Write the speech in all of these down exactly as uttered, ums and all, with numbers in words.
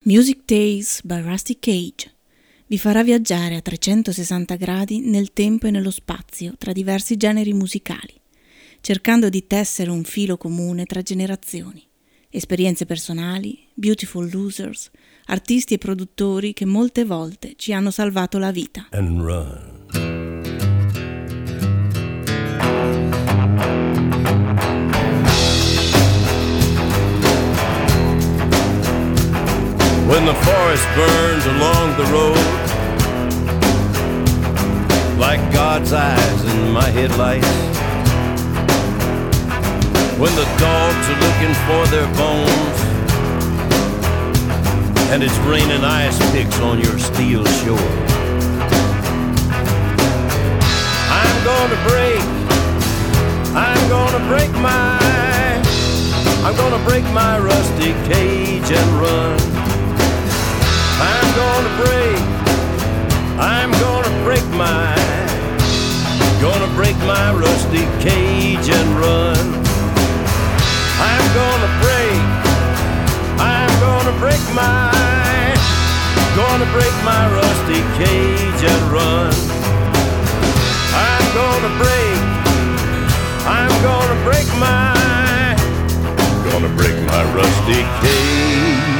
Music Days by Rusty Cage vi farà viaggiare a trecentosessanta gradi nel tempo e nello spazio tra diversi generi musicali, cercando di tessere un filo comune tra generazioni, esperienze personali, beautiful losers, artisti e produttori che molte volte ci hanno salvato la vita. And run. When the forest burns along the road, like God's eyes in my headlights, when the dogs are looking for their bones, and it's raining ice picks on your steel shore, I'm gonna break, I'm gonna break my, I'm gonna break my rusty cage and run. I'm gonna break, I'm gonna break my, gonna break my rusty cage and run. I'm gonna break, I'm gonna break my, gonna break my rusty cage and run. I'm gonna break, I'm gonna break my, gonna break my rusty cage.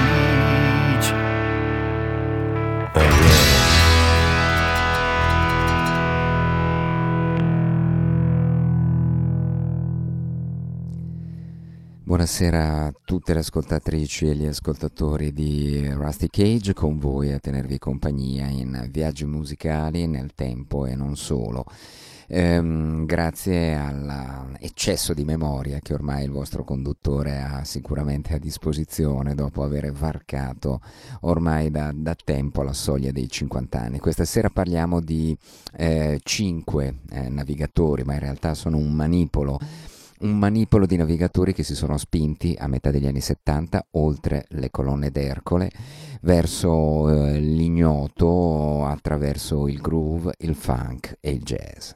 Buonasera a tutte le ascoltatrici e gli ascoltatori di Rusty Cage, con voi a tenervi compagnia in viaggi musicali nel tempo e non solo. Ehm, grazie all'eccesso di memoria che ormai il vostro conduttore ha sicuramente a disposizione dopo aver varcato ormai da, da tempo la soglia dei cinquanta anni. Questa sera parliamo di eh, cinque eh, navigatori, ma in realtà sono un manipolo un manipolo di navigatori che si sono spinti a metà degli anni settanta oltre le colonne d'Ercole verso eh, l'ignoto attraverso il groove, il funk e il jazz.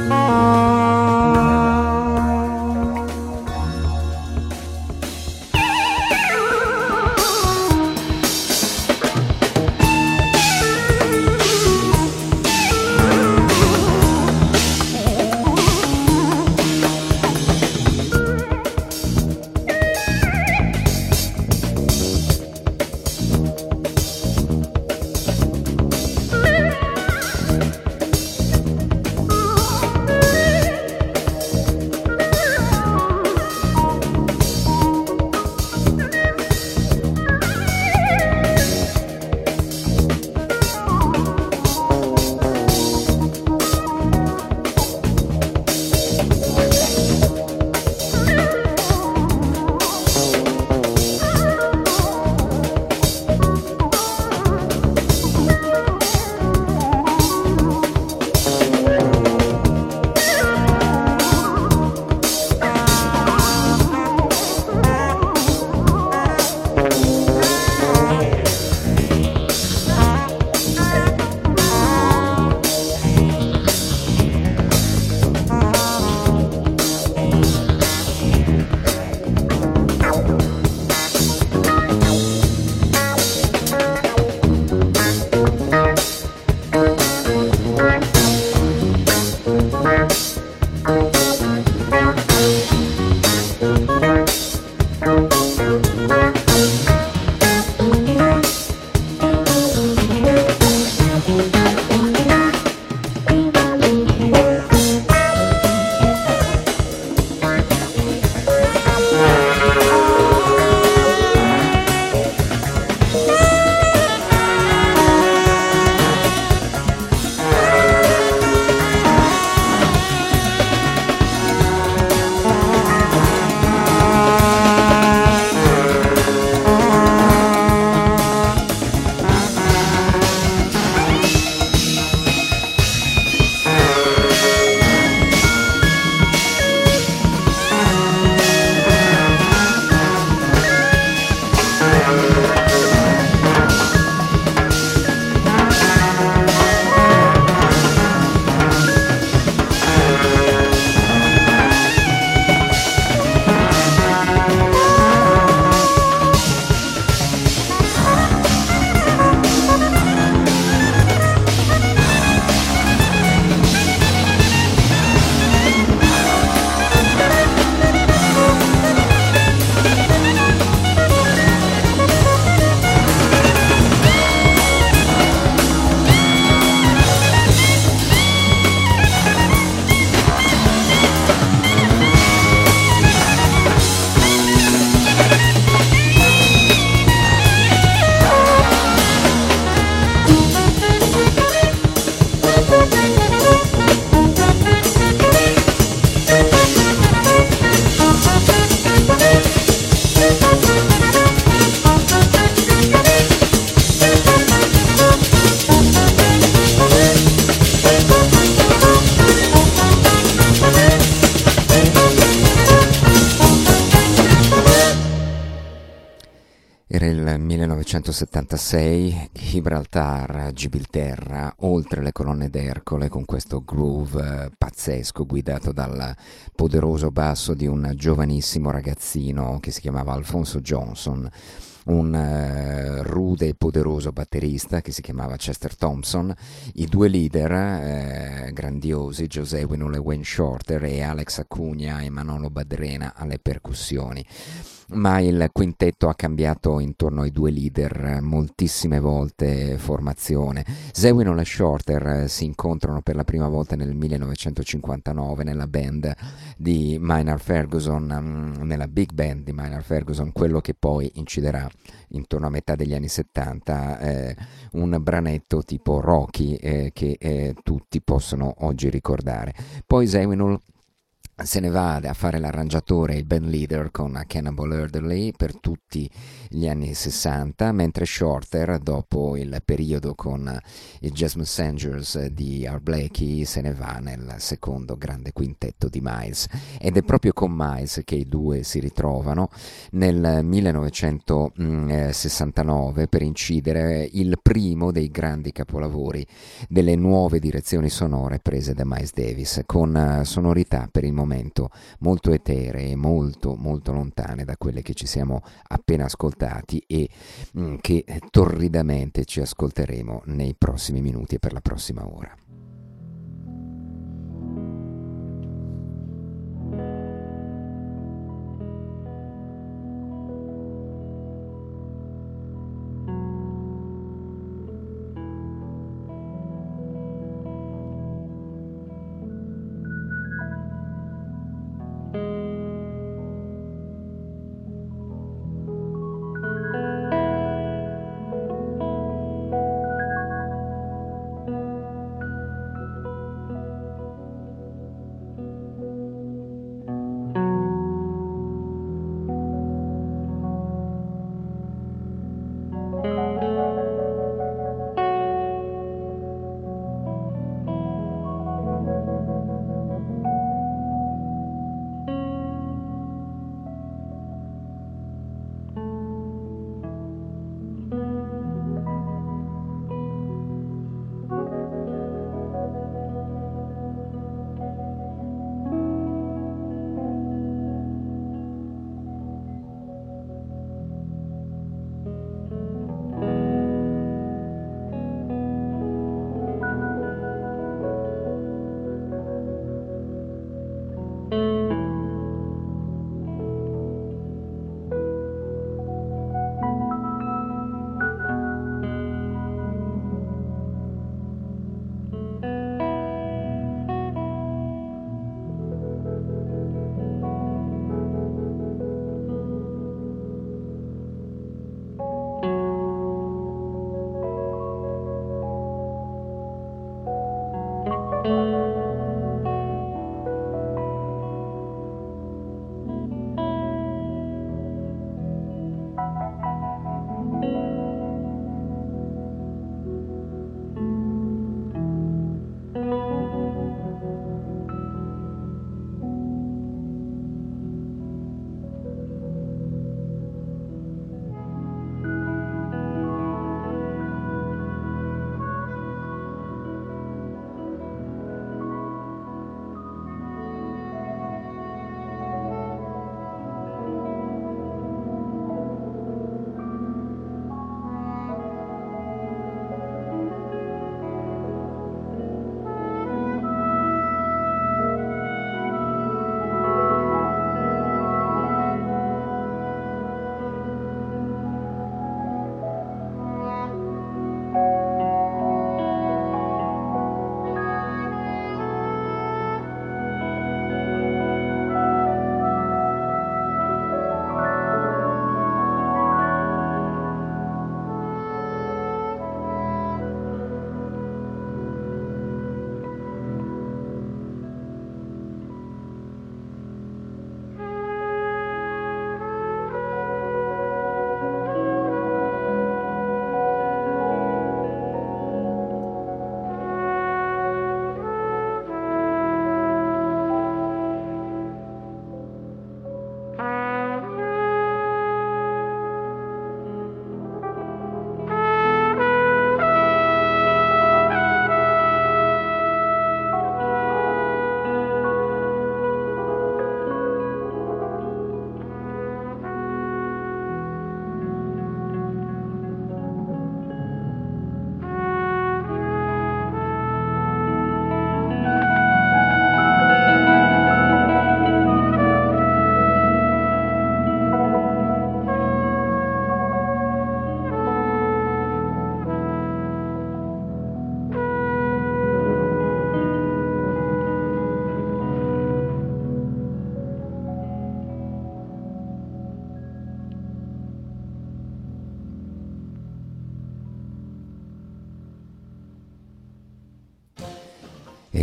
Era il millenovecentosettantasei, Gibraltar, Gibilterra, oltre le colonne d'Ercole, con questo groove eh, pazzesco guidato dal poderoso basso di un giovanissimo ragazzino che si chiamava Alfonso Johnson, un eh, rude e poderoso batterista che si chiamava Chester Thompson, i due leader eh, grandiosi, José Winul e Wayne Shorter, e Alex Acuna e Manolo Badrena alle percussioni. Ma il quintetto ha cambiato intorno ai due leader moltissime volte formazione. Zawinul e Shorter si incontrano per la prima volta nel millenovecentocinquantanove nella band di Maynard Ferguson, nella big band di Maynard Ferguson, quello che poi inciderà intorno a metà degli anni settanta eh, un branetto tipo Rocky eh, che eh, tutti possono oggi ricordare. Poi Zawinul se ne va a fare l'arrangiatore e il band leader con Cannibal Adderley per tutti gli anni sessanta, mentre Shorter, dopo il periodo con i Jazz Messengers di Art Blakey, se ne va nel secondo grande quintetto di Miles. Ed è proprio con Miles che i due si ritrovano nel millenovecentosessantanove per incidere il primo dei grandi capolavori delle nuove direzioni sonore prese da Miles Davis, con sonorità per il momento molto eteree, molto molto lontane da quelle che ci siamo appena ascoltati e mh, che torridamente ci ascolteremo nei prossimi minuti e per la prossima ora.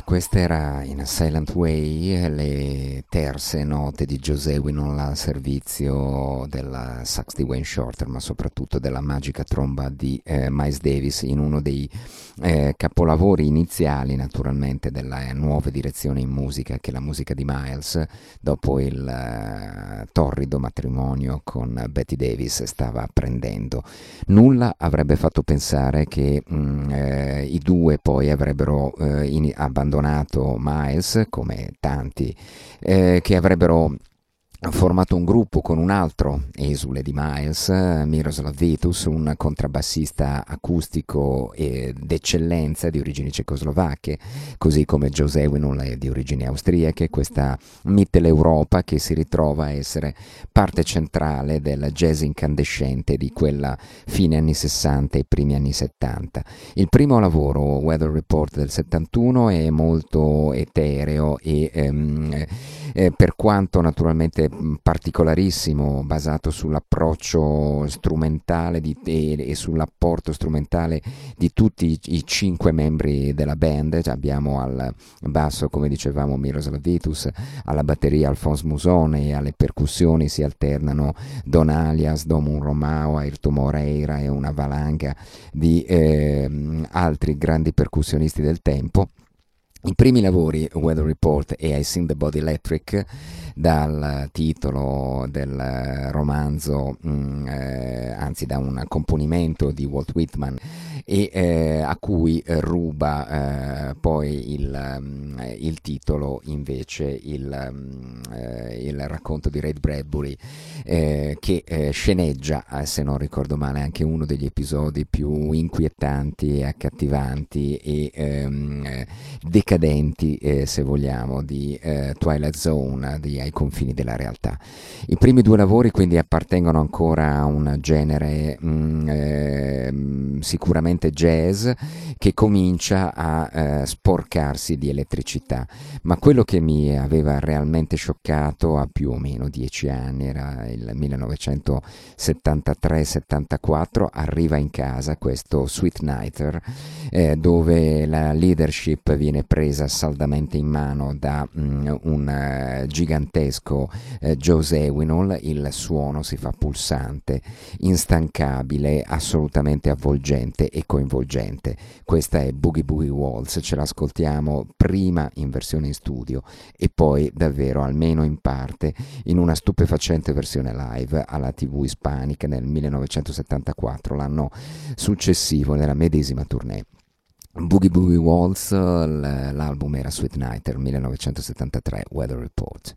Questa era In a Silent Way, le terze note di Joe Zawinul al servizio della sax di Wayne Shorter, ma soprattutto della magica tromba di eh, Miles Davis, in uno dei eh, capolavori iniziali naturalmente della nuova direzione in musica, che è la musica di Miles, dopo il eh, torrido matrimonio con Betty Davis stava prendendo. Nulla avrebbe fatto pensare che mh, eh, i due poi avrebbero eh, in, abbandonato Miles, come tanti, eh, che avrebbero formato un gruppo con un altro esule di Miles, Miroslav Vitus, un contrabbassista acustico e d'eccellenza di origini cecoslovacche, così come Joe Zawinul è di origini austriache, questa Mitteleuropa che si ritrova a essere parte centrale del jazz incandescente di quella fine anni sessanta e primi anni settanta. Il primo lavoro, Weather Report del settantuno, è molto etereo e ehm, eh, per quanto naturalmente particolarissimo, basato sull'approccio strumentale di, e, e sull'apporto strumentale di tutti i, i cinque membri della band. Abbiamo al basso, come dicevamo, Miroslav Vitus, alla batteria Alphonse Musone, e alle percussioni si alternano Don Alias, Domun Romao, Airto Moreira e una valanga di eh, altri grandi percussionisti del tempo. I primi lavori, Weather Report e I Sing the Body Electric, dal titolo del romanzo, mh, eh, anzi da un componimento di Walt Whitman, e eh, a cui ruba eh, poi il, um, il titolo invece il, um, eh, il racconto di Ray Bradbury, eh, che eh, sceneggia, eh, se non ricordo male, anche uno degli episodi più inquietanti e accattivanti e ehm, decadenti, eh, se vogliamo, di eh, Twilight Zone, di Ai confini della realtà. I primi due lavori quindi appartengono ancora a un genere mh, eh, sicuramente jazz, che comincia a eh, sporcarsi di elettricità, ma quello che mi aveva realmente scioccato a più o meno dieci anni, era il millenovecentosettantatré settantaquattro, arriva in casa questo Sweet Nighter, eh, dove la leadership viene presa saldamente in mano da mh, un uh, gigantesco uh, Joe Zawinul. Il suono si fa pulsante, instancabile, assolutamente avvolgente e coinvolgente. Questa è Boogie Boogie Waltz, ce l'ascoltiamo prima in versione in studio e poi davvero, almeno in parte, in una stupefacente versione live alla tivù ispanica nel millenovecentosettantaquattro, l'anno successivo, nella medesima tournée. Boogie Boogie Waltz, l'album era Sweet Nighter, millenovecentosettantatré, Weather Report.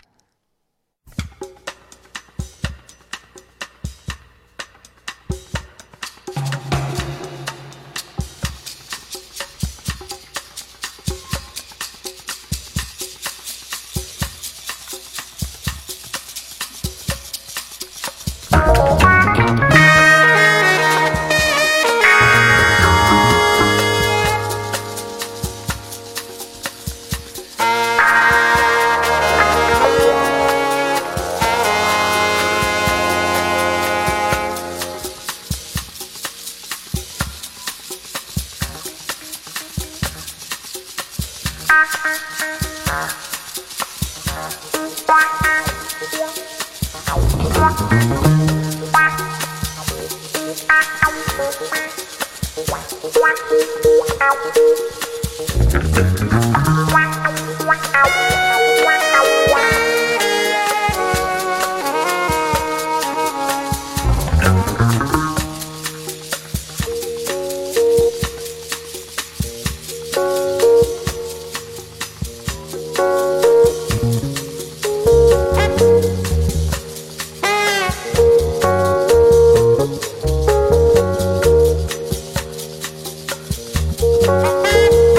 Bye.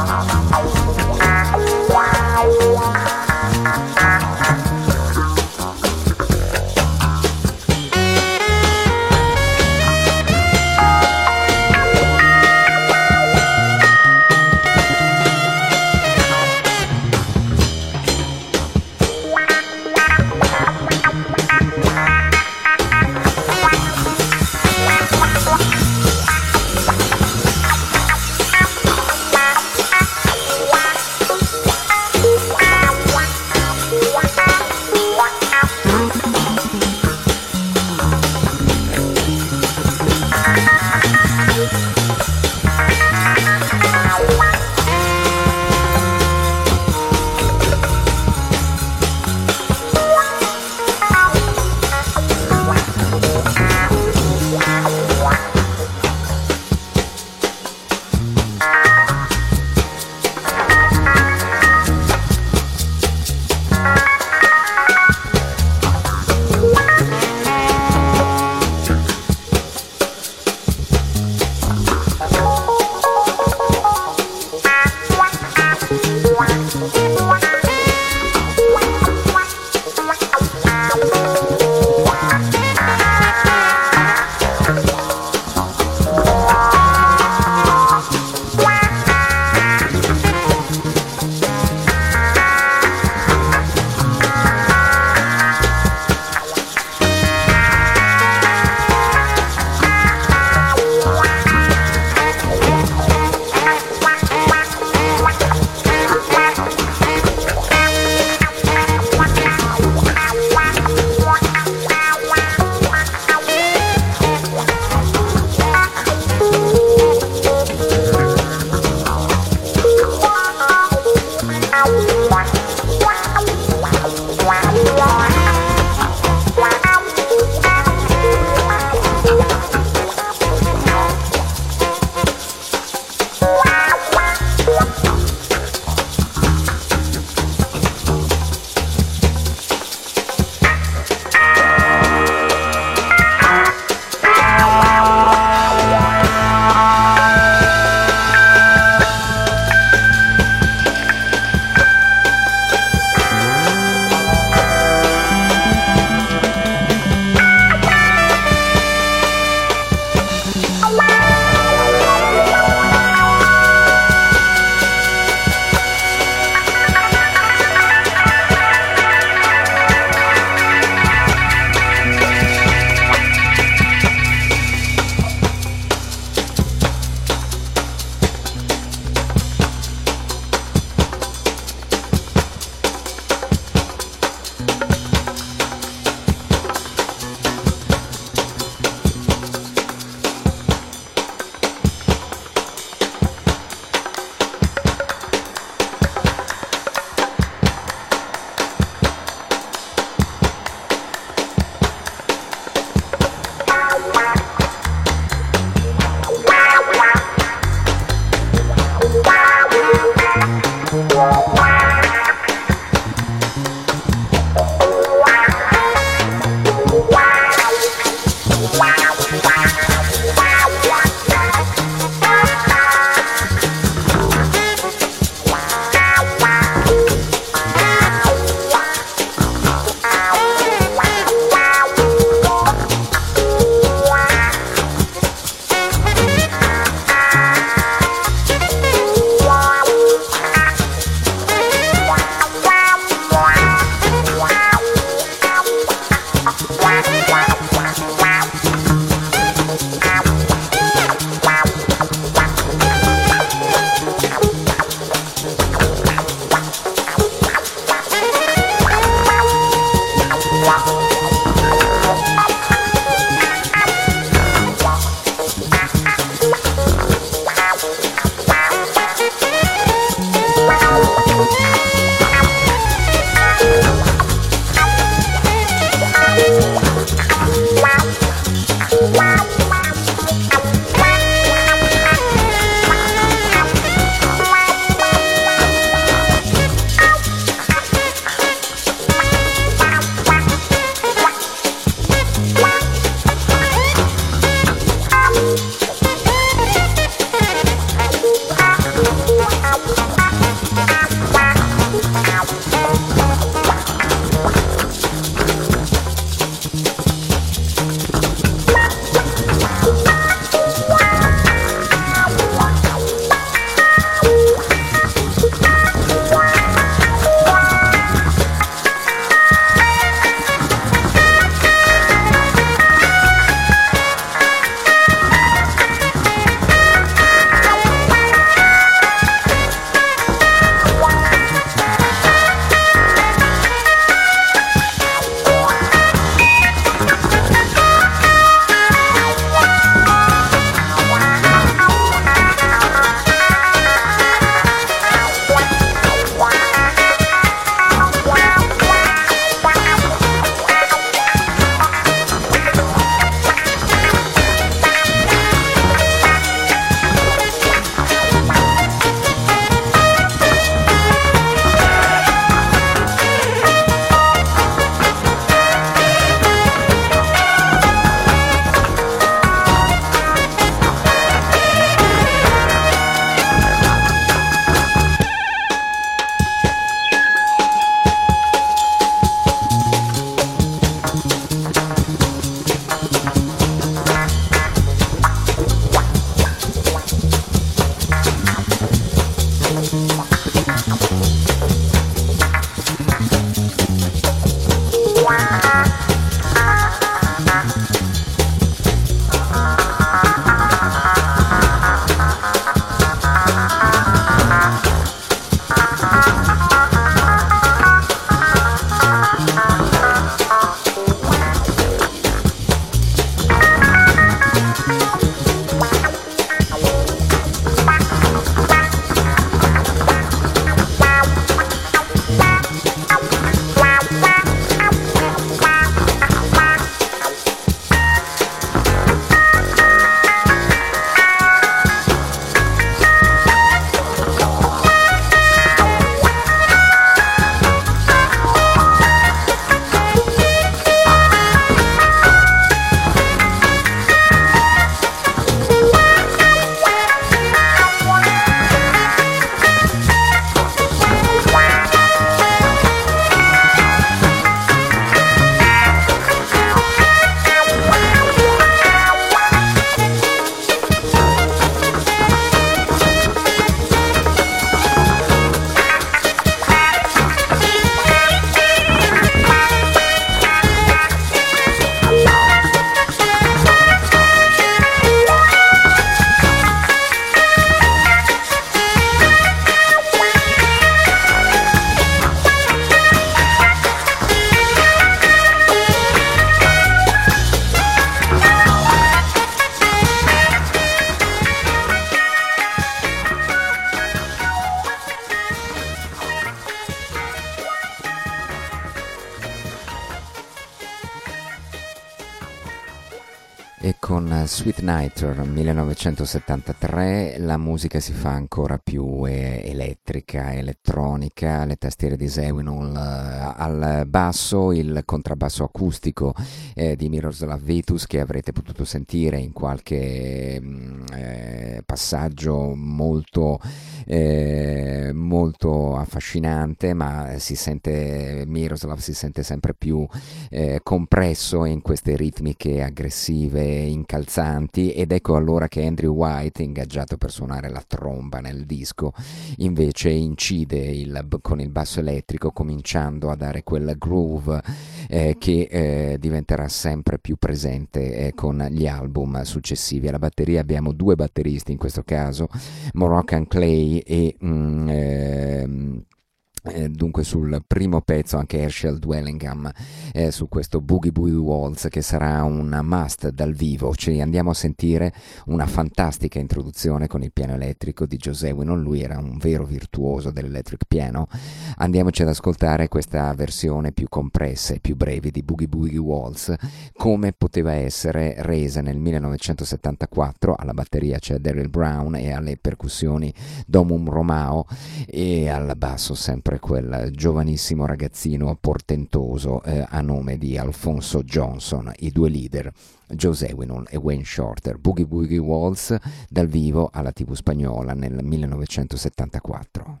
Sweet Nighter millenovecentosettantatré, la musica si fa ancora più eh, elettrica, elettronica, le tastiere di Zawinul, eh, al basso il contrabbasso acustico eh, di Miroslav Vitus, che avrete potuto sentire in qualche mh, eh, passaggio molto, eh, molto affascinante, ma si sente, Miroslav si sente sempre più eh, compresso in queste ritmiche aggressive, incalzanti, ed ecco allora che Andrew White, ingaggiato per suonare la tromba nel disco, invece incide il, con il basso elettrico, cominciando a dare quel groove eh, che eh, diventerà sempre più presente eh, con gli album successivi. Alla batteria abbiamo due batteristi, in questo caso Moroccan Clay e mm, ehm, Eh, dunque sul primo pezzo anche Herschel Dwellingham eh, su questo Boogie Boogie Waltz, che sarà un must dal vivo. Ci andiamo a sentire una fantastica introduzione con il piano elettrico di Joe Zawinul, lui era un vero virtuoso dell'electric piano. Andiamoci ad ascoltare questa versione più compressa e più breve di Boogie Boogie Waltz, come poteva essere resa nel millenovecentosettantaquattro. Alla batteria c'è Daryl Brown e alle percussioni Domum Romao, e al basso sempre quel giovanissimo ragazzino portentoso eh, a nome di Alfonso Johnson, i due leader Joe Zawinul e Wayne Shorter. Boogie Boogie Waltz dal vivo alla tivù spagnola nel millenovecentosettantaquattro.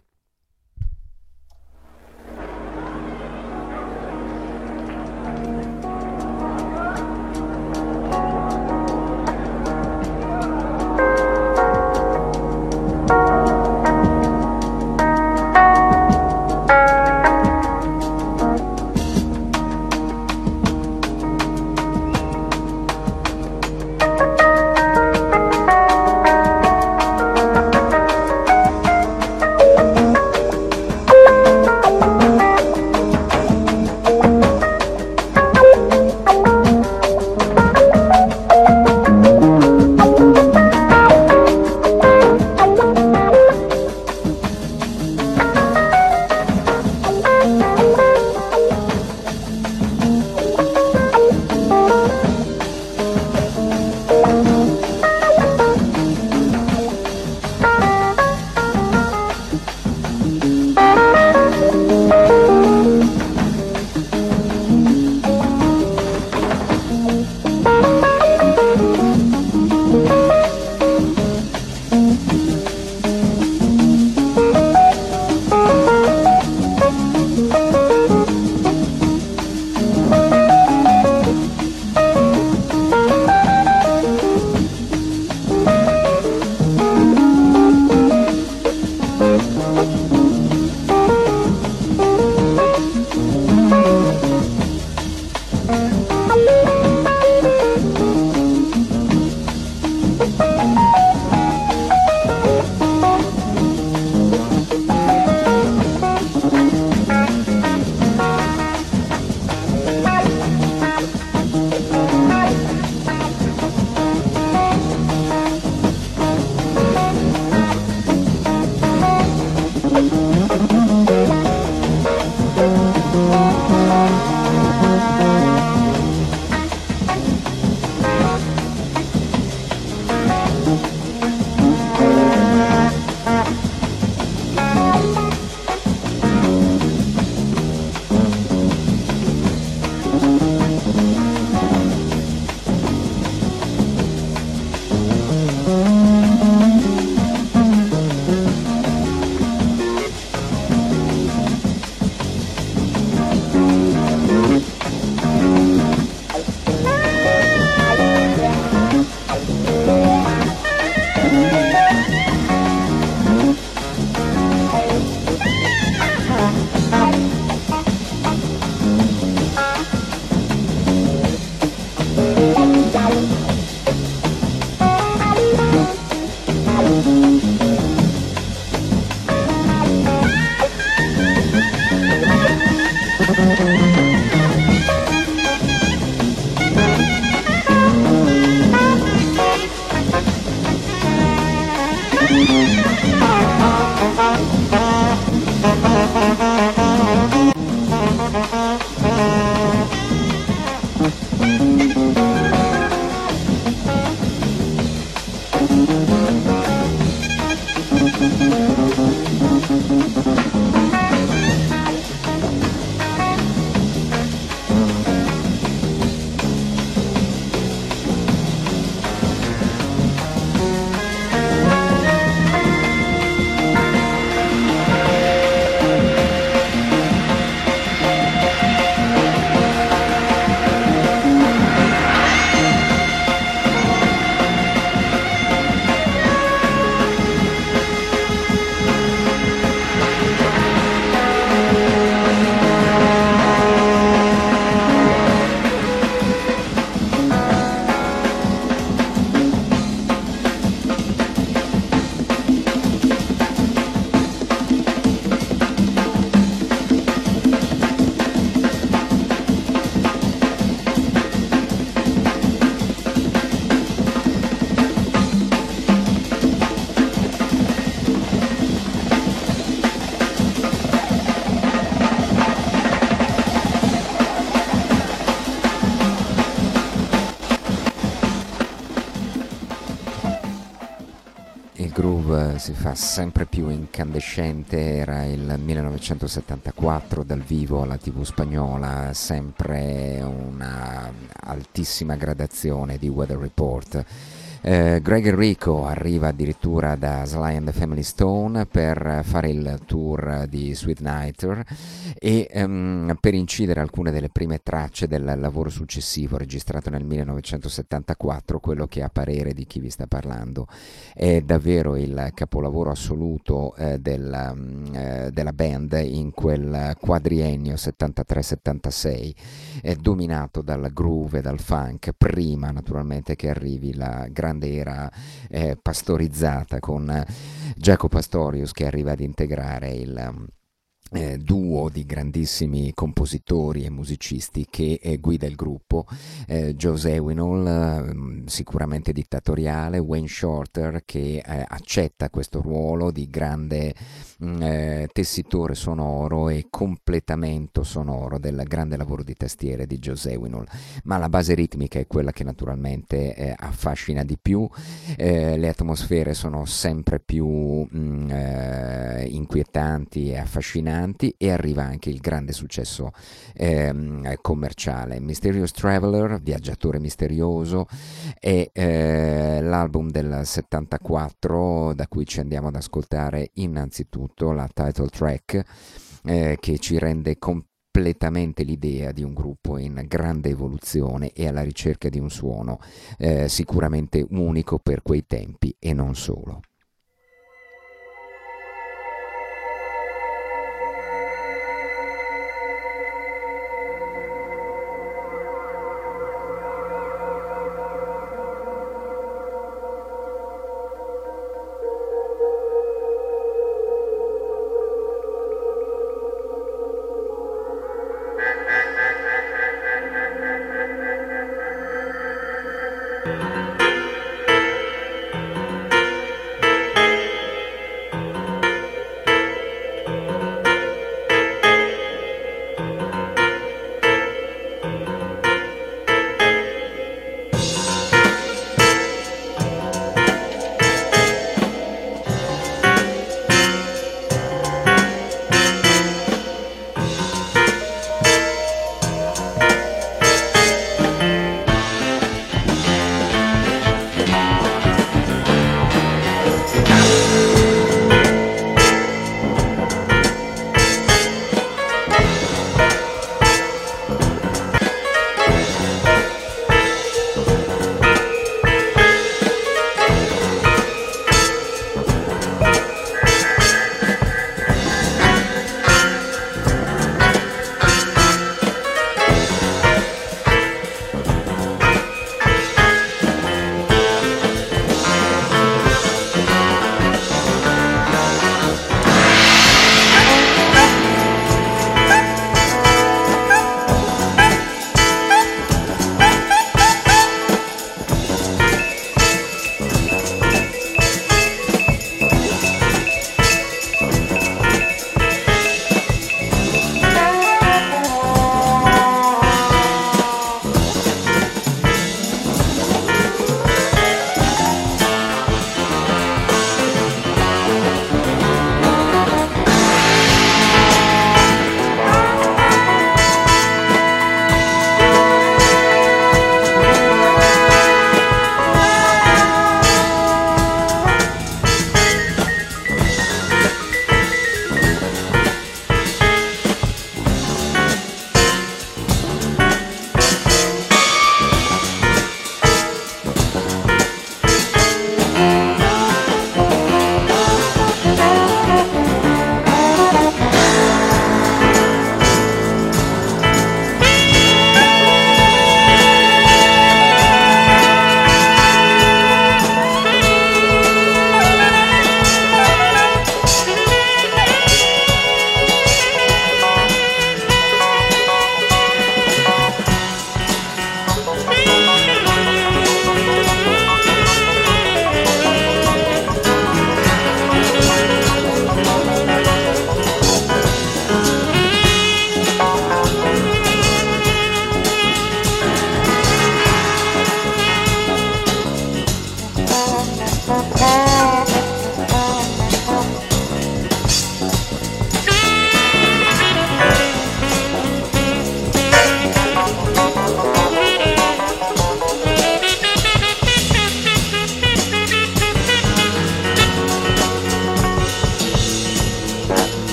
Il groove si fa sempre più incandescente, era il millenovecentosettantaquattro, dal vivo alla tivù spagnola, sempre una altissima gradazione di Weather Report. Eh, Greg Enrico arriva addirittura da Sly and the Family Stone per fare il tour di Sweet Nighter e um, per incidere alcune delle prime tracce del lavoro successivo registrato nel millenovecentosettantaquattro, quello che a parere di chi vi sta parlando è davvero il capolavoro assoluto eh, del, um, eh, della band in quel quadriennio settantatré settantasei, è dominato dal groove e dal funk, prima naturalmente che arrivi la grande era eh, pastorizzata con Jaco Pastorius, che arriva ad integrare il Eh, duo di grandissimi compositori e musicisti che eh, guida il gruppo, eh, Joe Zawinul, eh, sicuramente dittatoriale, Wayne Shorter, che eh, accetta questo ruolo di grande mh, eh, tessitore sonoro e completamento sonoro del grande lavoro di tastiere di Joe Zawinul, ma la base ritmica è quella che naturalmente eh, affascina di più. Eh, le atmosfere sono sempre più mh, eh, inquietanti e affascinanti, e arriva anche il grande successo ehm, commerciale. Mysterious Traveler, Viaggiatore misterioso, è eh, l'album del settantaquattro, da cui ci andiamo ad ascoltare innanzitutto la title track, eh, che ci rende completamente l'idea di un gruppo in grande evoluzione e alla ricerca di un suono eh, sicuramente unico per quei tempi e non solo.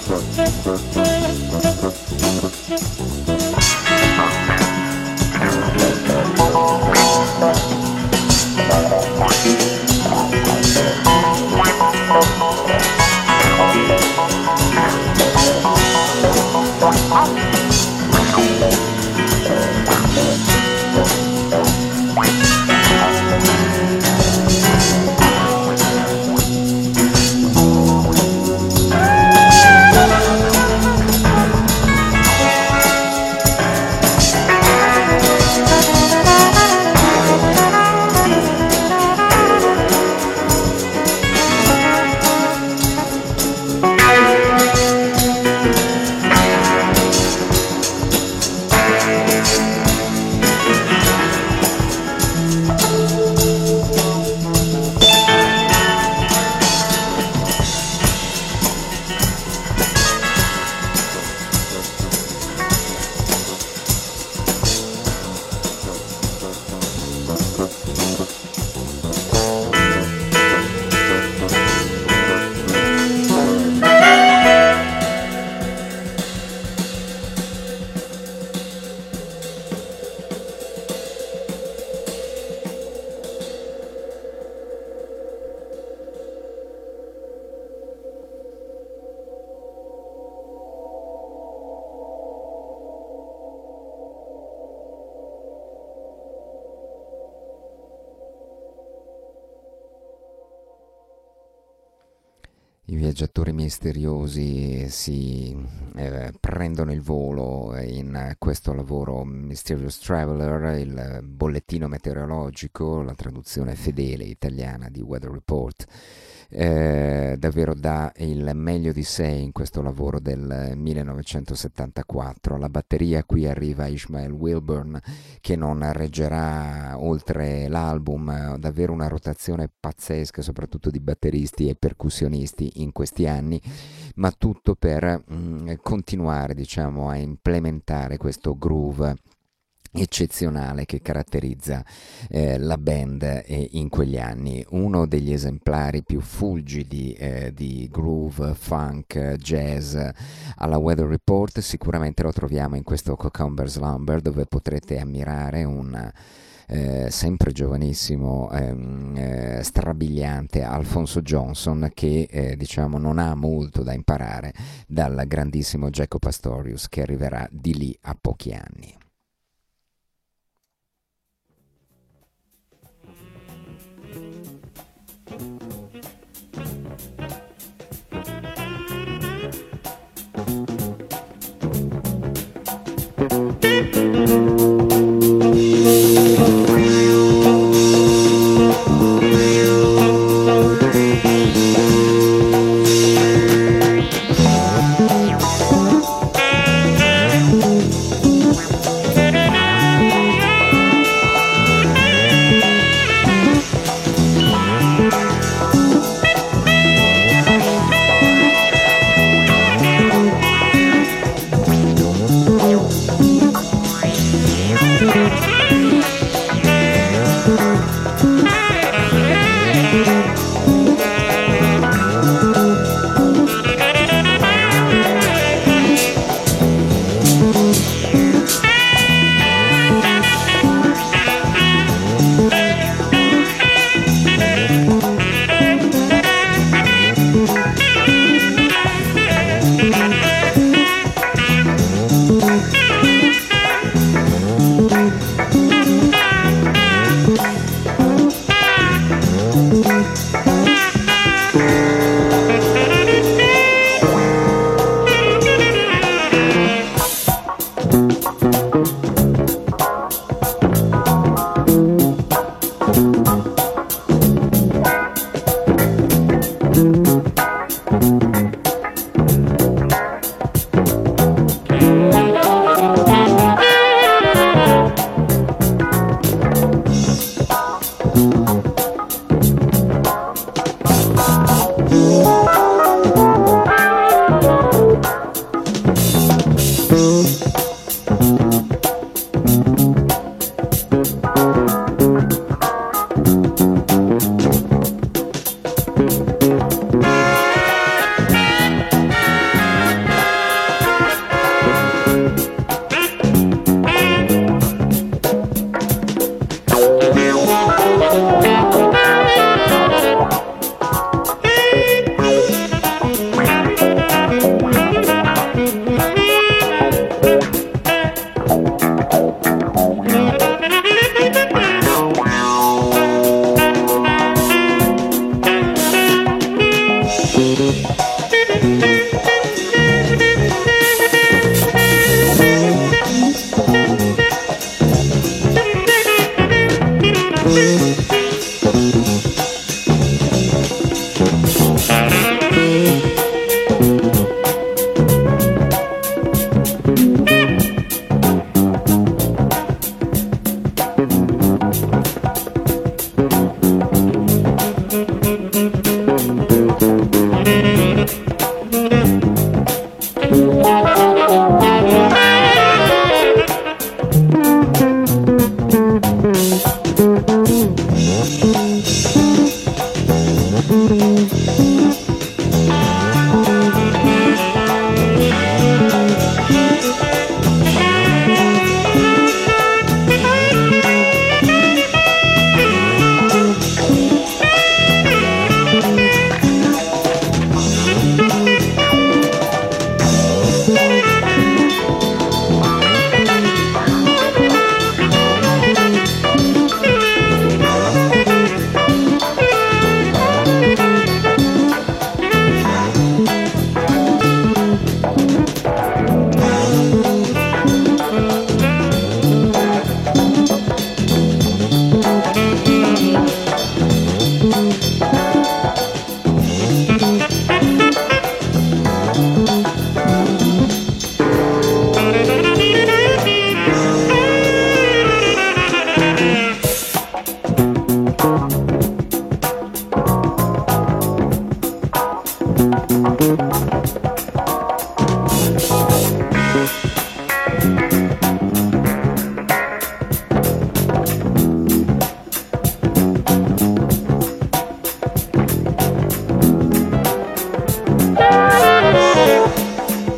I viaggiatori misteriosi si eh, prendono il volo in questo lavoro Mysterious Traveler, il bollettino meteorologico, la traduzione fedele italiana di Weather Report. Eh, davvero dà il meglio di sé in questo lavoro del millenovecentosettantaquattro. La batteria qui arriva Ishmael Wilburn, che non reggerà oltre l'album, davvero una rotazione pazzesca soprattutto di batteristi e percussionisti in questi anni, ma tutto per mh, continuare, diciamo, a implementare questo groove eccezionale che caratterizza eh, la band eh, in quegli anni. Uno degli esemplari più fulgidi eh, di groove, funk, jazz alla Weather Report sicuramente lo troviamo in questo Cucumber Slumber, dove potrete ammirare un eh, sempre giovanissimo ehm, eh, strabiliante Alphonso Johnson, che eh, diciamo non ha molto da imparare dal grandissimo Jaco Pastorius, che arriverà di lì a pochi anni.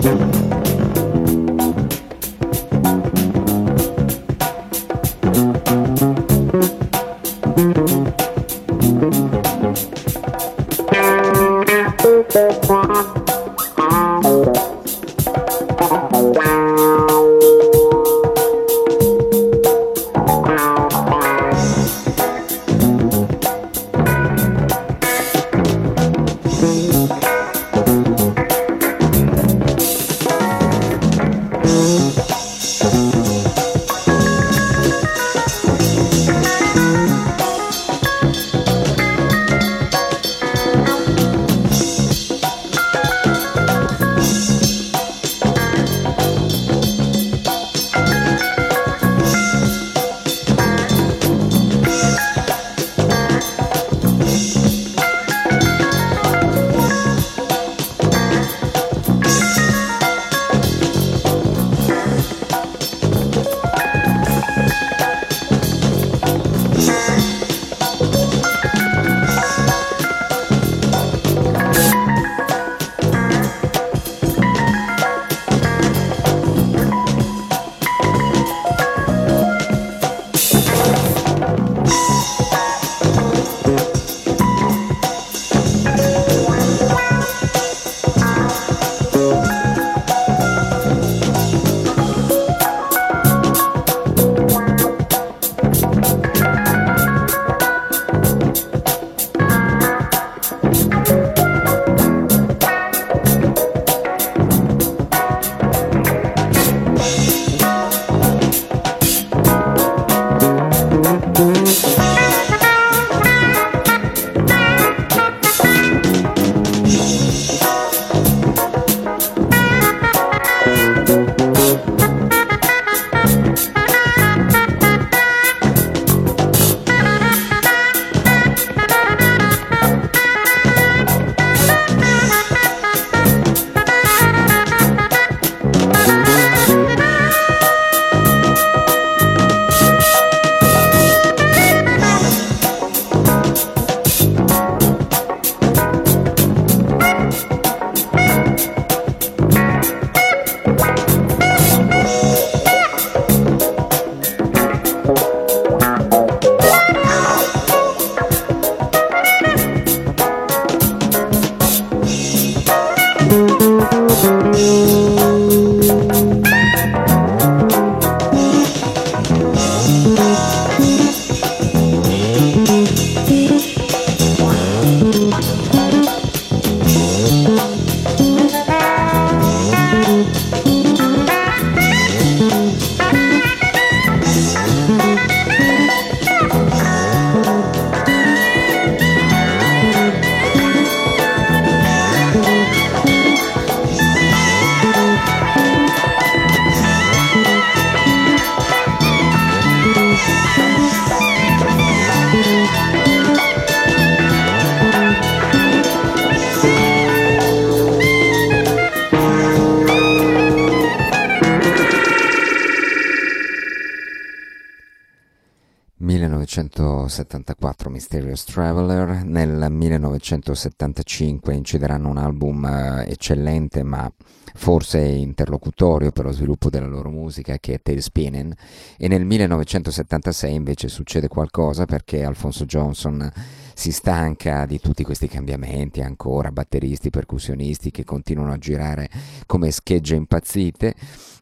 millenovecentosettantaquattro Mysterious Traveler. Nel millenovecentosettantacinque incideranno un album eh, eccellente ma forse interlocutorio per lo sviluppo della loro musica, che è Tailspinning, e nel millenovecentosettantasei invece succede qualcosa, perché Alphonso Johnson si stanca di tutti questi cambiamenti, ancora batteristi, percussionisti che continuano a girare come schegge impazzite.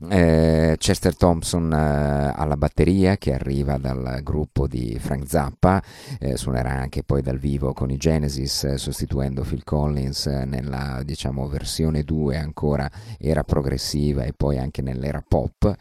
eh, Chester Thompson eh, alla batteria, che arriva dal gruppo di Frank Zappa, eh, suonerà anche poi dal vivo con i Genesis, eh, sostituendo Phil Collins eh, nella, diciamo, versione due, ancora era progressiva, e poi anche nell'era pop.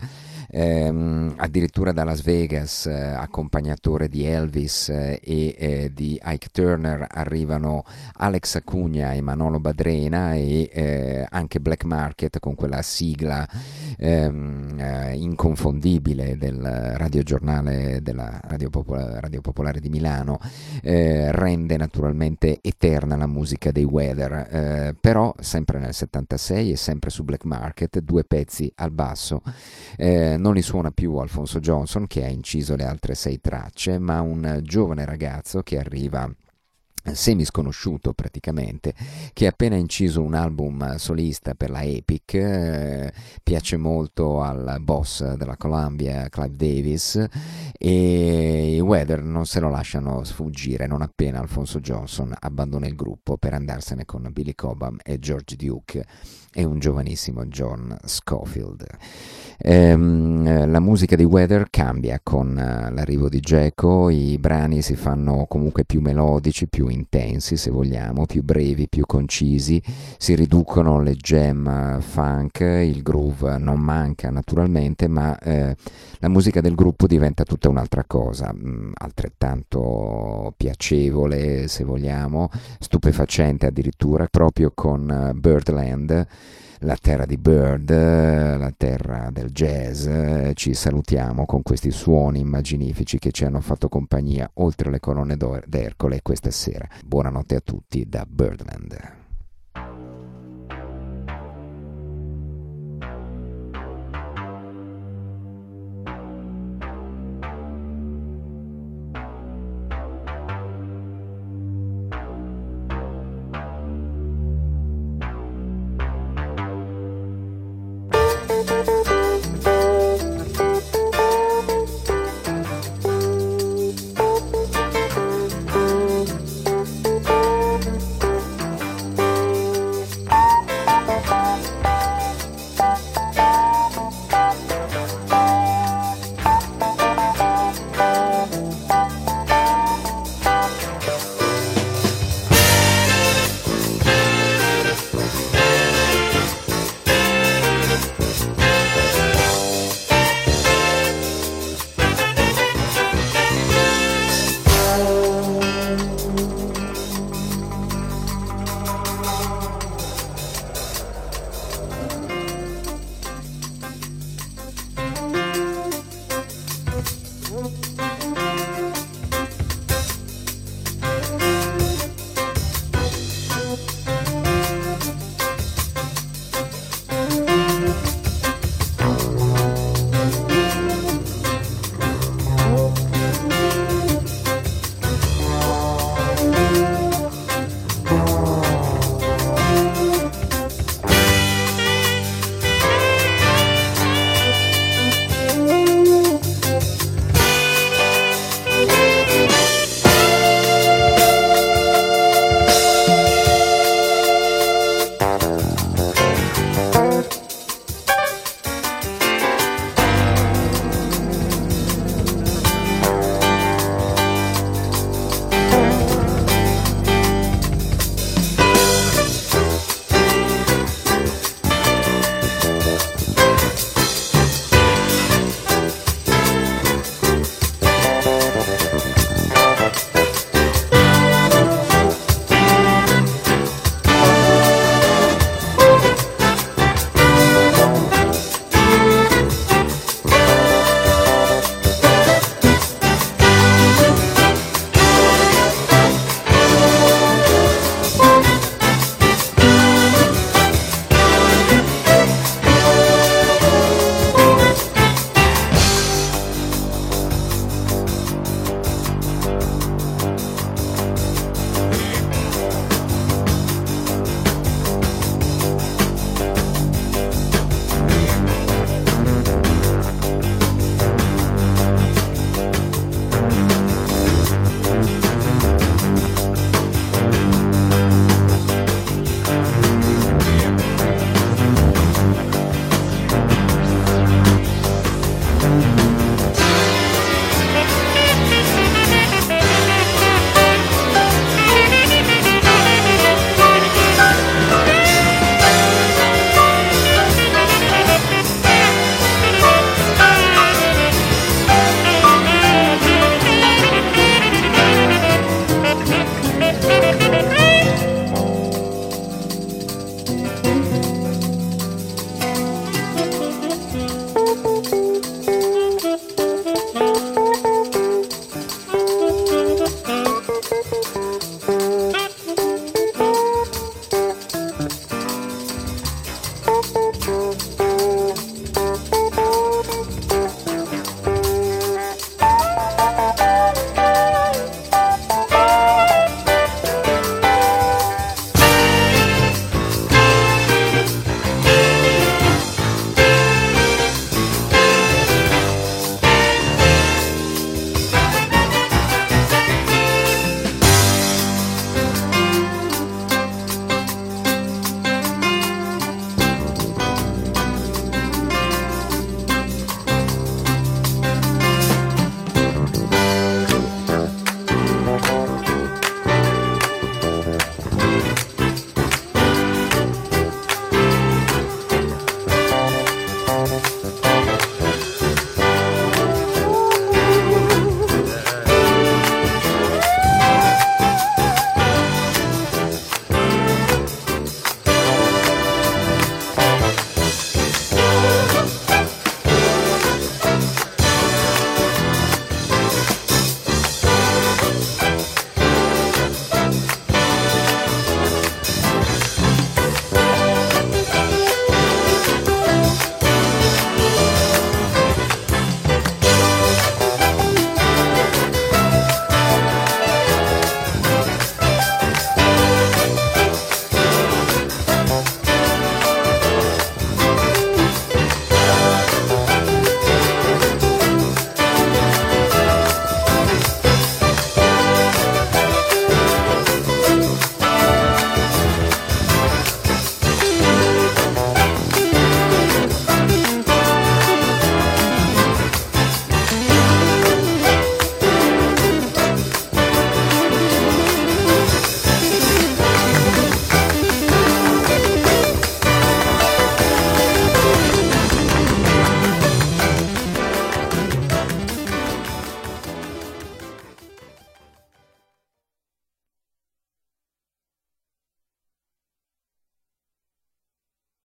Eh, addirittura da Las Vegas, eh, accompagnatore di Elvis eh, e eh, di Ike Turner, arrivano Alex Acugna e Manolo Badrena, e eh, anche Black Market con quella sigla ehm, eh, inconfondibile del radiogiornale della Radio, Popola- Radio Popolare di Milano, eh, rende naturalmente eterna la musica dei Weather. Eh, però sempre nel settantasei e sempre su Black Market, due pezzi al basso. Eh, non li suona più Alphonso Johnson, che ha inciso le altre sei tracce, ma un giovane ragazzo che arriva semi sconosciuto praticamente, che ha appena inciso un album solista per la Epic, eh, piace molto al boss della Columbia, Clive Davis, e i Weather non se lo lasciano sfuggire non appena Alphonso Johnson abbandona il gruppo per andarsene con Billy Cobham e George Duke e un giovanissimo John Scofield. Ehm, la musica di Weather cambia con uh, l'arrivo di Geco, i brani si fanno comunque più melodici, più intensi se vogliamo, più brevi, più concisi, si riducono le jam uh, funk, il groove non manca naturalmente, ma eh, la musica del gruppo diventa tutta un'altra cosa, mh, altrettanto piacevole se vogliamo, stupefacente addirittura, proprio con uh, Birdland, la terra di Bird, la terra del jazz. Ci salutiamo con questi suoni immaginifici che ci hanno fatto compagnia oltre le colonne d'Ercole questa sera. Buonanotte a tutti da Birdland.